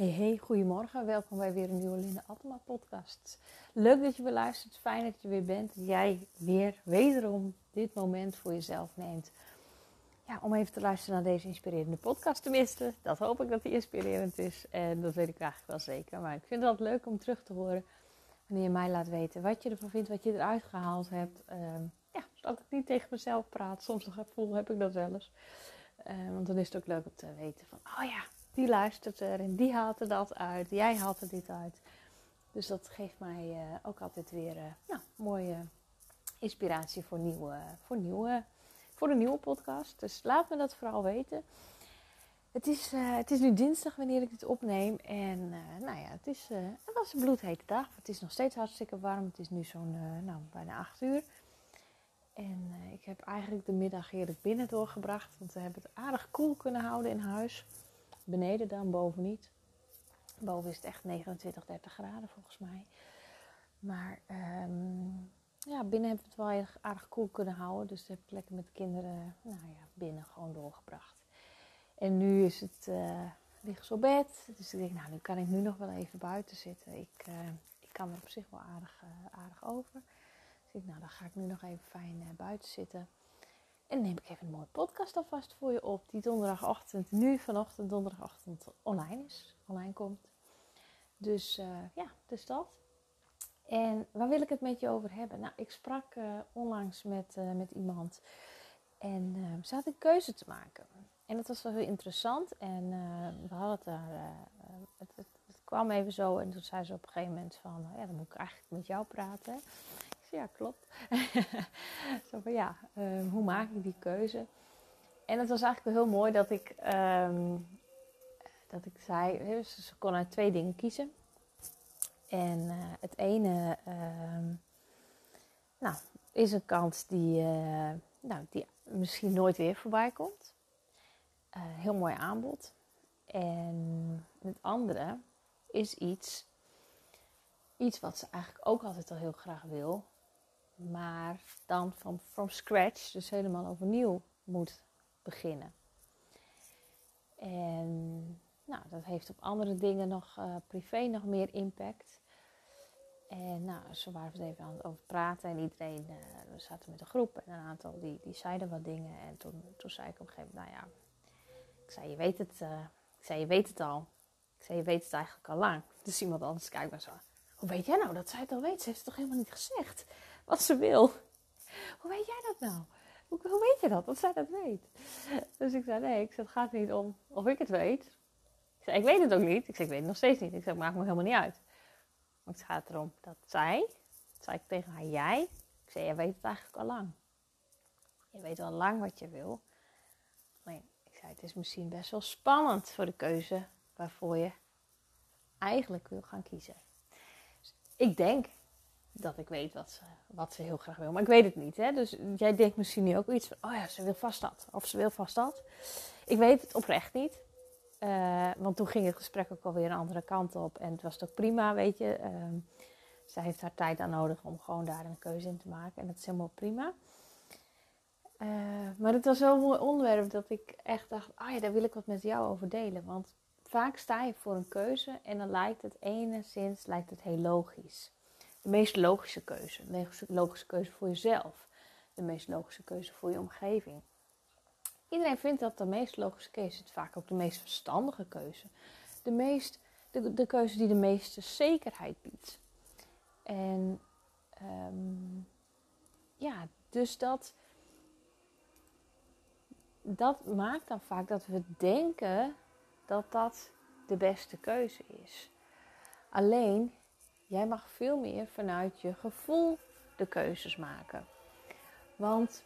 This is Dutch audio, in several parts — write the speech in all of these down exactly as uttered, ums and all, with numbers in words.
Hey, hey, goedemorgen. Welkom bij weer een nieuwe Linde Attema podcast. Leuk dat je weer luistert. Fijn dat je weer bent. Dat jij weer wederom dit moment voor jezelf neemt. Ja, om even te luisteren naar deze inspirerende podcast tenminste. Dat hoop ik dat die inspirerend is. En dat weet ik eigenlijk wel zeker. Maar ik vind het altijd leuk om terug te horen. Wanneer je mij laat weten wat je ervan vindt. Wat je eruit gehaald hebt. Uh, ja, zodat ik niet tegen mezelf praat. Soms nog gevoel heb ik dat wel eens. Uh, want dan is het ook leuk om te weten van, oh ja, die luistert er en die haalt er dat uit. Jij haalt er dit uit. Dus dat geeft mij uh, ook altijd weer uh, nou, mooie inspiratie voor, nieuwe, voor, nieuwe, voor een nieuwe podcast. Dus laat me dat vooral weten. Het is, uh, het is nu dinsdag wanneer ik dit opneem. En uh, nou ja, het, is, uh, het was een bloedhete dag. Het is nog steeds hartstikke warm. Het is nu zo'n uh, nou, bijna acht uur. En uh, ik heb eigenlijk de middag heerlijk binnen doorgebracht. Want we hebben het aardig koel kunnen houden in huis. Beneden dan, boven niet. Boven is het echt negenentwintig, dertig graden volgens mij. Maar um, ja, binnen hebben we het wel erg aardig koel kunnen houden. Dus dat heb ik lekker met de kinderen nou ja, binnen gewoon doorgebracht. En nu is het, uh, liggen ze op bed. Dus ik denk, nou, nu kan ik nu nog wel even buiten zitten. Ik, uh, ik kan er op zich wel aardig, uh, aardig over. Dus ik, nou, dan ga ik nu nog even fijn uh, buiten zitten. En dan neem ik even een mooie podcast alvast voor je op. Die donderdagochtend, nu vanochtend donderdagochtend online is. Online komt. Dus uh, ja, dus dat. En waar wil ik het met je over hebben? Nou, ik sprak uh, onlangs met, uh, met iemand. En uh, ze had een keuze te maken. En dat was wel heel interessant. En uh, we hadden het daar... Uh, het, het, het kwam even zo. En toen zei ze op een gegeven moment van... Ja, dan moet ik eigenlijk met jou praten. Ja, klopt. Zo van ja, um, hoe maak ik die keuze? En het was eigenlijk wel heel mooi dat ik, um, dat ik zei, ze kon uit twee dingen kiezen. En uh, het ene um, nou, is een kans die, uh, nou, die misschien nooit weer voorbij komt. Uh, heel mooi aanbod. En het andere is iets, iets wat ze eigenlijk ook altijd al heel graag wil. Maar dan van from scratch, dus helemaal overnieuw moet beginnen. En nou, dat heeft op andere dingen nog uh, privé nog meer impact. En nou, zo waren we het even aan het over praten. En iedereen, uh, we zaten met een groep en een aantal die, die zeiden wat dingen. En toen, toen zei ik op een gegeven moment, nou ja, ik zei je weet het, uh, ik zei je weet het al. Ik zei je weet het eigenlijk al lang. Dus iemand anders kijkt maar zo, hoe weet jij nou dat zij het al weet? Ze heeft het toch helemaal niet gezegd wat ze wil. Hoe weet jij dat nou? Hoe, hoe weet je dat? Dat zij dat weet. Dus ik zei, nee, ik zei, het gaat niet om of ik het weet. Ik zei, ik weet het ook niet. Ik zei, ik weet het nog steeds niet. Ik zei, het maakt me helemaal niet uit. Maar het gaat erom dat zij, dat zei ik tegen haar, jij. Ik zei, jij weet het eigenlijk al lang. Je weet al lang wat je wil. Alleen, ik zei, het is misschien best wel spannend voor de keuze waarvoor je eigenlijk wil gaan kiezen. Dus ik denk dat ik weet wat ze, wat ze heel graag wil. Maar ik weet het niet. Hè? Dus jij denkt misschien nu ook iets van... Oh ja, ze wil vast dat. Of ze wil vast dat. Ik weet het oprecht niet. Uh, want toen ging het gesprek ook alweer een andere kant op. En het was ook prima, weet je. Uh, zij heeft haar tijd aan nodig om gewoon daar een keuze in te maken. En dat is helemaal prima. Uh, maar het was zo'n mooi onderwerp dat ik echt dacht... Oh ja, daar wil ik wat met jou over delen. Want vaak sta je voor een keuze... En dan lijkt het enigszins lijkt het heel logisch. De meest logische keuze. De meest logische keuze voor jezelf. De meest logische keuze voor je omgeving. Iedereen vindt dat de meest logische keuze is vaak ook de meest verstandige keuze. De, meest, de, de keuze die de meeste zekerheid biedt. En um, ja, dus dat, dat maakt dan vaak dat we denken dat dat de beste keuze is. Alleen... Jij mag veel meer vanuit je gevoel de keuzes maken. Want,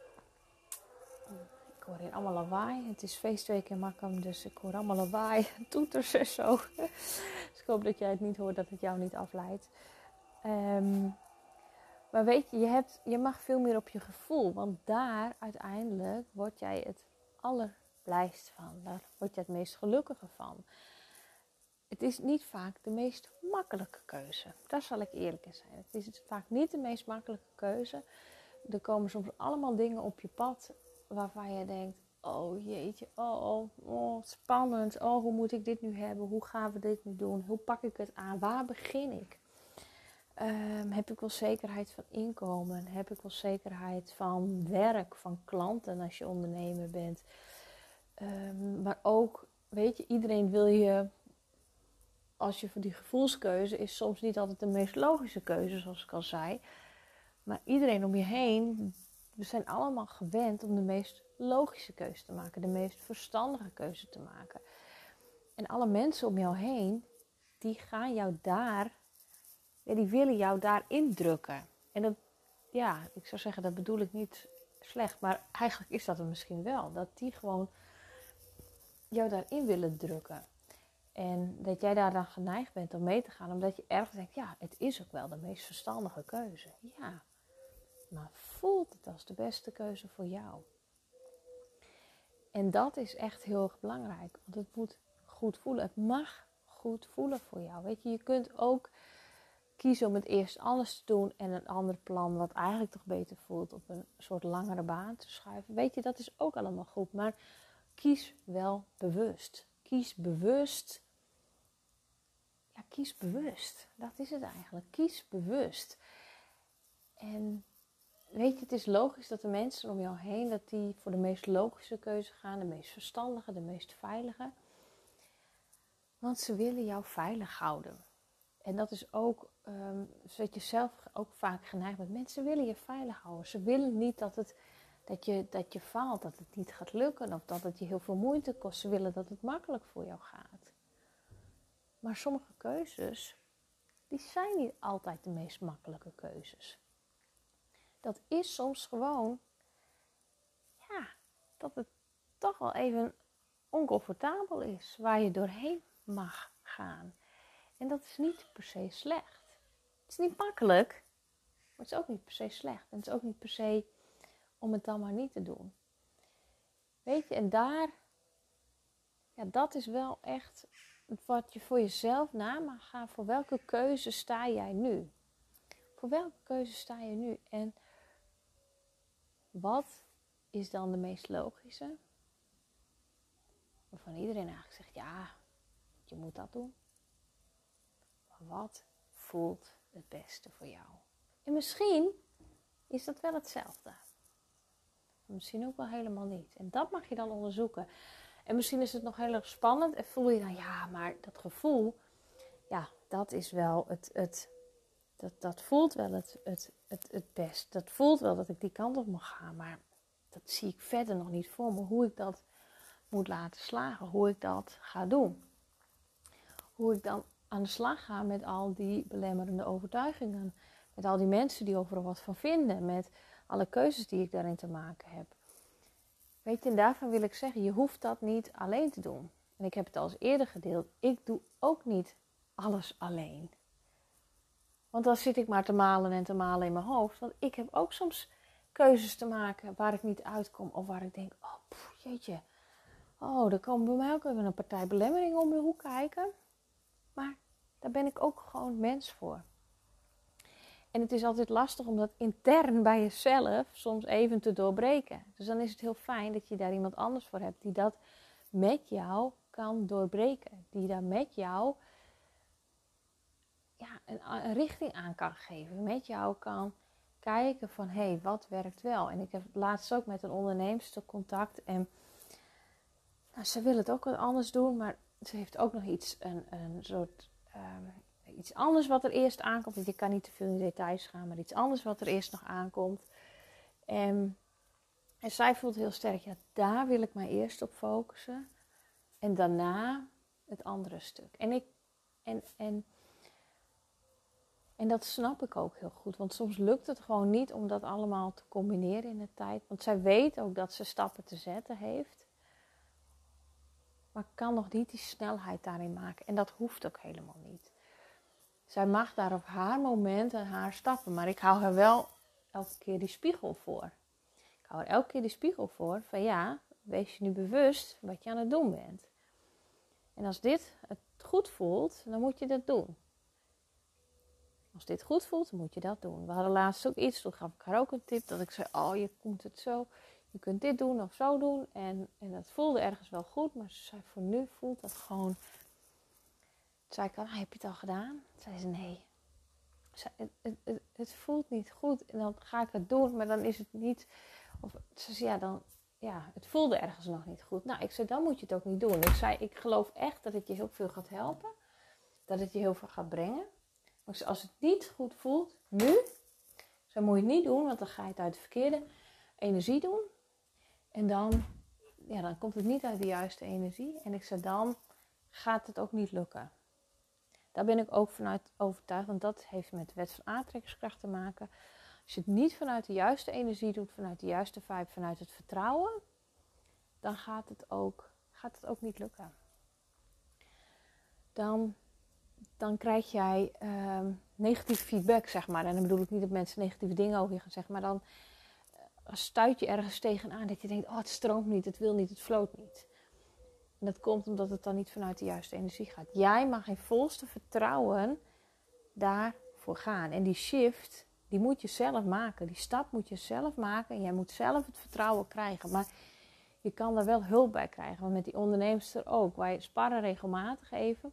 ik hoor hier allemaal lawaai. Het is feestweek in Makkum, dus ik hoor allemaal lawaai. Toeters en zo. Dus ik hoop dat jij het niet hoort, dat het jou niet afleidt. Um, maar weet je, je, hebt, je mag veel meer op je gevoel. Want daar uiteindelijk word jij het allerblijst van. Daar word je het meest gelukkige van. Het is niet vaak de meest makkelijke keuze. Daar zal ik eerlijk in zijn. Het is vaak niet de meest makkelijke keuze. Er komen soms allemaal dingen op je pad waarvan je denkt... oh jeetje, oh, oh, oh, spannend. Oh, hoe moet ik dit nu hebben? Hoe gaan we dit nu doen? Hoe pak ik het aan? Waar begin ik? Um, heb ik wel zekerheid van inkomen? Heb ik wel zekerheid van werk, van klanten als je ondernemer bent? Um, maar ook, weet je, iedereen wil je, als je voor die gevoelskeuze is soms niet altijd de meest logische keuze, zoals ik al zei. Maar iedereen om je heen, we zijn allemaal gewend om de meest logische keuze te maken, de meest verstandige keuze te maken. En alle mensen om jou heen, die gaan jou daar, ja, die willen jou daar indrukken. En dat, ja, ik zou zeggen, dat bedoel ik niet slecht, maar eigenlijk is dat het misschien wel. Dat die gewoon jou daarin willen drukken. En dat jij daar dan geneigd bent om mee te gaan, omdat je ergens denkt, ja, het is ook wel de meest verstandige keuze. Ja, maar voelt het als de beste keuze voor jou? En dat is echt heel erg belangrijk, want het moet goed voelen. Het mag goed voelen voor jou. Weet je, je kunt ook kiezen om het eerst anders te doen en een ander plan wat eigenlijk toch beter voelt op een soort langere baan te schuiven. Weet je, dat is ook allemaal goed, maar kies wel bewust. Kies bewust. Ja, kies bewust. Dat is het eigenlijk. Kies bewust. En weet je, het is logisch dat de mensen om jou heen, dat die voor de meest logische keuze gaan, de meest verstandige, de meest veilige. Want ze willen jou veilig houden. En dat is ook, um, zodat je zelf ook vaak geneigd bent. Mensen willen je veilig houden. Ze willen niet dat, het, dat, je, dat je faalt, dat het niet gaat lukken of dat het je heel veel moeite kost. Ze willen dat het makkelijk voor jou gaat. Maar sommige keuzes, die zijn niet altijd de meest makkelijke keuzes. Dat is soms gewoon, ja, dat het toch wel even oncomfortabel is, waar je doorheen mag gaan. En dat is niet per se slecht. Het is niet makkelijk, maar het is ook niet per se slecht. En het is ook niet per se om het dan maar niet te doen. Weet je, en daar, ja, dat is wel echt wat je voor jezelf na mag gaan. Voor welke keuze sta jij nu? Voor welke keuze sta je nu? En wat is dan de meest logische? Waarvan iedereen eigenlijk zegt, ja, je moet dat doen. Maar wat voelt het beste voor jou? En misschien is dat wel hetzelfde. Misschien ook wel helemaal niet. En dat mag je dan onderzoeken. En misschien is het nog heel erg spannend. En voel je dan, ja, maar dat gevoel, ja, dat is wel het, het dat, dat voelt wel het, het, het, het best. Dat voelt wel dat ik die kant op mag gaan. Maar dat zie ik verder nog niet voor me. Hoe ik dat moet laten slagen. Hoe ik dat ga doen. Hoe ik dan aan de slag ga met al die belemmerende overtuigingen. Met al die mensen die overal wat van vinden. Met alle keuzes die ik daarin te maken heb. Weet je, en daarvan wil ik zeggen, je hoeft dat niet alleen te doen. En ik heb het al eens eerder gedeeld. Ik doe ook niet alles alleen. Want dan zit ik maar te malen en te malen in mijn hoofd. Want ik heb ook soms keuzes te maken waar ik niet uitkom. Of waar ik denk, oh pff, jeetje. Oh, er komen bij mij ook even een partij belemmeringen om de hoek kijken. Maar daar ben ik ook gewoon mens voor. En het is altijd lastig om dat intern bij jezelf soms even te doorbreken. Dus dan is het heel fijn dat je daar iemand anders voor hebt die dat met jou kan doorbreken. Die daar met jou ja, een, een richting aan kan geven. Met jou kan kijken van, hé, hey, wat werkt wel? En ik heb laatst ook met een onderneemster contact. En nou, ze wil het ook wat anders doen, maar ze heeft ook nog iets, een, een soort... Um, Iets anders wat er eerst aankomt. Want je kan niet te veel in details gaan. Maar iets anders wat er eerst nog aankomt. En, en zij voelt heel sterk. Ja, daar wil ik mij eerst op focussen. En daarna het andere stuk. En, ik, en, en, en dat snap ik ook heel goed. Want soms lukt het gewoon niet om dat allemaal te combineren in de tijd. Want zij weet ook dat ze stappen te zetten heeft. Maar kan nog niet die snelheid daarin maken. En dat hoeft ook helemaal niet. Zij mag daar op haar moment en haar stappen. Maar ik hou haar wel elke keer die spiegel voor. Ik hou haar elke keer die spiegel voor. Van ja, wees je nu bewust wat je aan het doen bent. En als dit het goed voelt, dan moet je dat doen. Als dit goed voelt, dan moet je dat doen. We hadden laatst ook iets, toen gaf ik haar ook een tip. Dat ik zei, oh je moet het zo, je kunt dit doen of zo doen. En, en dat voelde ergens wel goed. Maar ze zei, voor nu voelt dat gewoon... Toen zei ik al, ah, heb je het al gedaan? Toen zei ze, nee. Zei, het, het, het, het voelt niet goed. En dan ga ik het doen, maar dan is het niet... Of ze zei, ja, dan... Ja, het voelde ergens nog niet goed. Nou, ik zei, dan moet je het ook niet doen. Ik zei, ik geloof echt dat het je heel veel gaat helpen. Dat het je heel veel gaat brengen. Maar als het niet goed voelt, nu... Dan moet je het niet doen, want dan ga je het uit de verkeerde energie doen. En dan, ja, dan komt het niet uit de juiste energie. En ik zei, dan gaat het ook niet lukken. Daar ben ik ook vanuit overtuigd, want dat heeft met de wet van aantrekkingskracht te maken. Als je het niet vanuit de juiste energie doet, vanuit de juiste vibe, vanuit het vertrouwen, dan gaat het ook, gaat het ook niet lukken. Dan, dan krijg jij um, negatieve feedback, zeg maar. En dan bedoel ik niet dat mensen negatieve dingen over je gaan zeggen, maar dan uh, stuit je ergens tegenaan dat je denkt, oh, het stroomt niet, het wil niet, het floot niet. En dat komt omdat het dan niet vanuit de juiste energie gaat. Jij mag in volste vertrouwen daarvoor gaan. En die shift, die moet je zelf maken. Die stap moet je zelf maken. En jij moet zelf het vertrouwen krijgen. Maar je kan daar wel hulp bij krijgen. Want met die onderneemster ook. Wij sparren regelmatig even.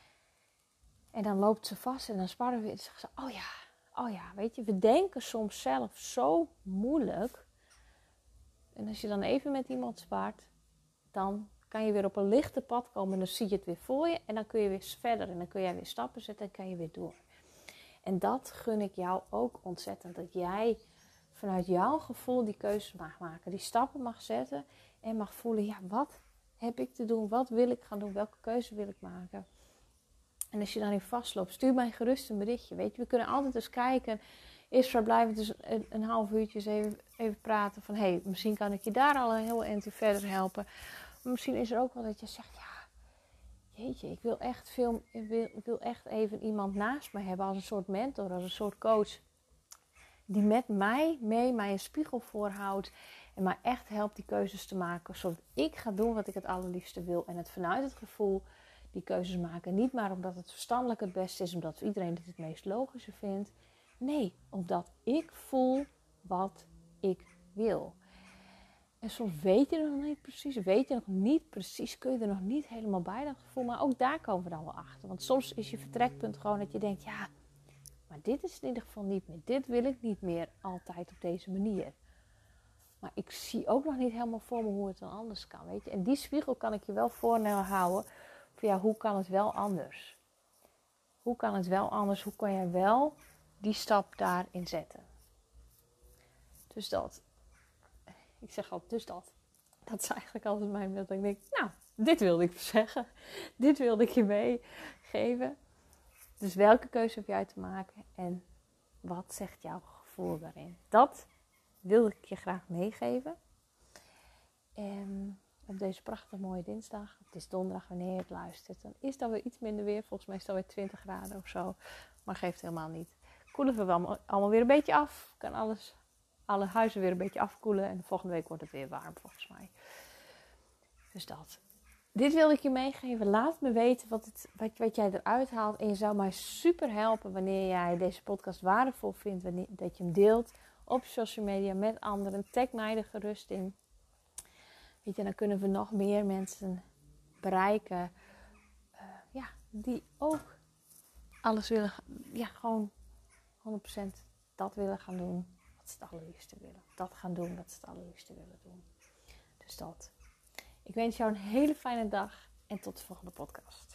En dan loopt ze vast en dan sparren we weer. En dan zegt ze, oh ja, oh ja, weet je. We denken soms zelf zo moeilijk. En als je dan even met iemand spart, dan kan je weer op een lichte pad komen en dan zie je het weer voor je. En dan kun je weer verder en dan kun jij weer stappen zetten en kan je weer door. En dat gun ik jou ook ontzettend. Dat jij vanuit jouw gevoel die keuzes mag maken. Die stappen mag zetten en mag voelen, ja, wat heb ik te doen? Wat wil ik gaan doen? Welke keuze wil ik maken? En als je daarin vastloopt, stuur mij gerust een berichtje. Weet je, we kunnen altijd eens kijken. Eerst blijven dus een, een half uurtje even, even praten van, hé, hey, misschien kan ik je daar al een heel eind verder helpen. Maar misschien is er ook wel dat je zegt, ja, jeetje, ik wil echt veel, ik wil, ik wil echt even iemand naast me hebben als een soort mentor, als een soort coach. Die met mij mee mij een spiegel voorhoudt en mij echt helpt die keuzes te maken. Zodat ik ga doen wat ik het allerliefste wil en het vanuit het gevoel die keuzes maken. Niet maar omdat het verstandelijk het beste is, omdat iedereen dit het meest logische vindt. Nee, omdat ik voel wat ik wil. En soms weet je nog niet precies, weet je nog niet precies, kun je er nog niet helemaal bij dat gevoel. Maar ook daar komen we dan wel achter. Want soms is je vertrekpunt gewoon dat je denkt, ja, maar dit is in ieder geval niet meer. Dit wil ik niet meer altijd op deze manier. Maar ik zie ook nog niet helemaal voor me hoe het dan anders kan, weet je. En die spiegel kan ik je wel voorhouden. Van ja, hoe kan het wel anders? Hoe kan het wel anders? Hoe kan jij wel die stap daarin zetten? Dus dat. Ik zeg altijd dus dat. Dat is eigenlijk altijd mijn beeld. Dat ik denk, nou, dit wilde ik zeggen. Dit wilde ik je meegeven. Dus welke keuze heb jij te maken? En wat zegt jouw gevoel daarin? Dat wilde ik je graag meegeven. En op deze prachtige mooie dinsdag. Het is donderdag wanneer je het luistert. Dan is dat weer iets minder weer. Volgens mij is dat weer twintig graden of zo. Maar geeft helemaal niet. Koelen we wel allemaal weer een beetje af. Kan alles... Alle huizen weer een beetje afkoelen. En de volgende week wordt het weer warm volgens mij. Dus dat. Dit wilde ik je meegeven. Laat me weten wat, het, wat, wat jij eruit haalt. En je zou mij super helpen wanneer jij deze podcast waardevol vindt. Wanneer, dat je hem deelt op social media met anderen. Tag mij er gerust in. Weet je, dan kunnen we nog meer mensen bereiken. Uh, ja, die ook alles willen. Ja, gewoon honderd procent dat willen gaan doen. Wat ze het allerliefste willen. Dat gaan doen wat ze het allerliefste willen doen. Dus dat. Ik wens jou een hele fijne dag en tot de volgende podcast.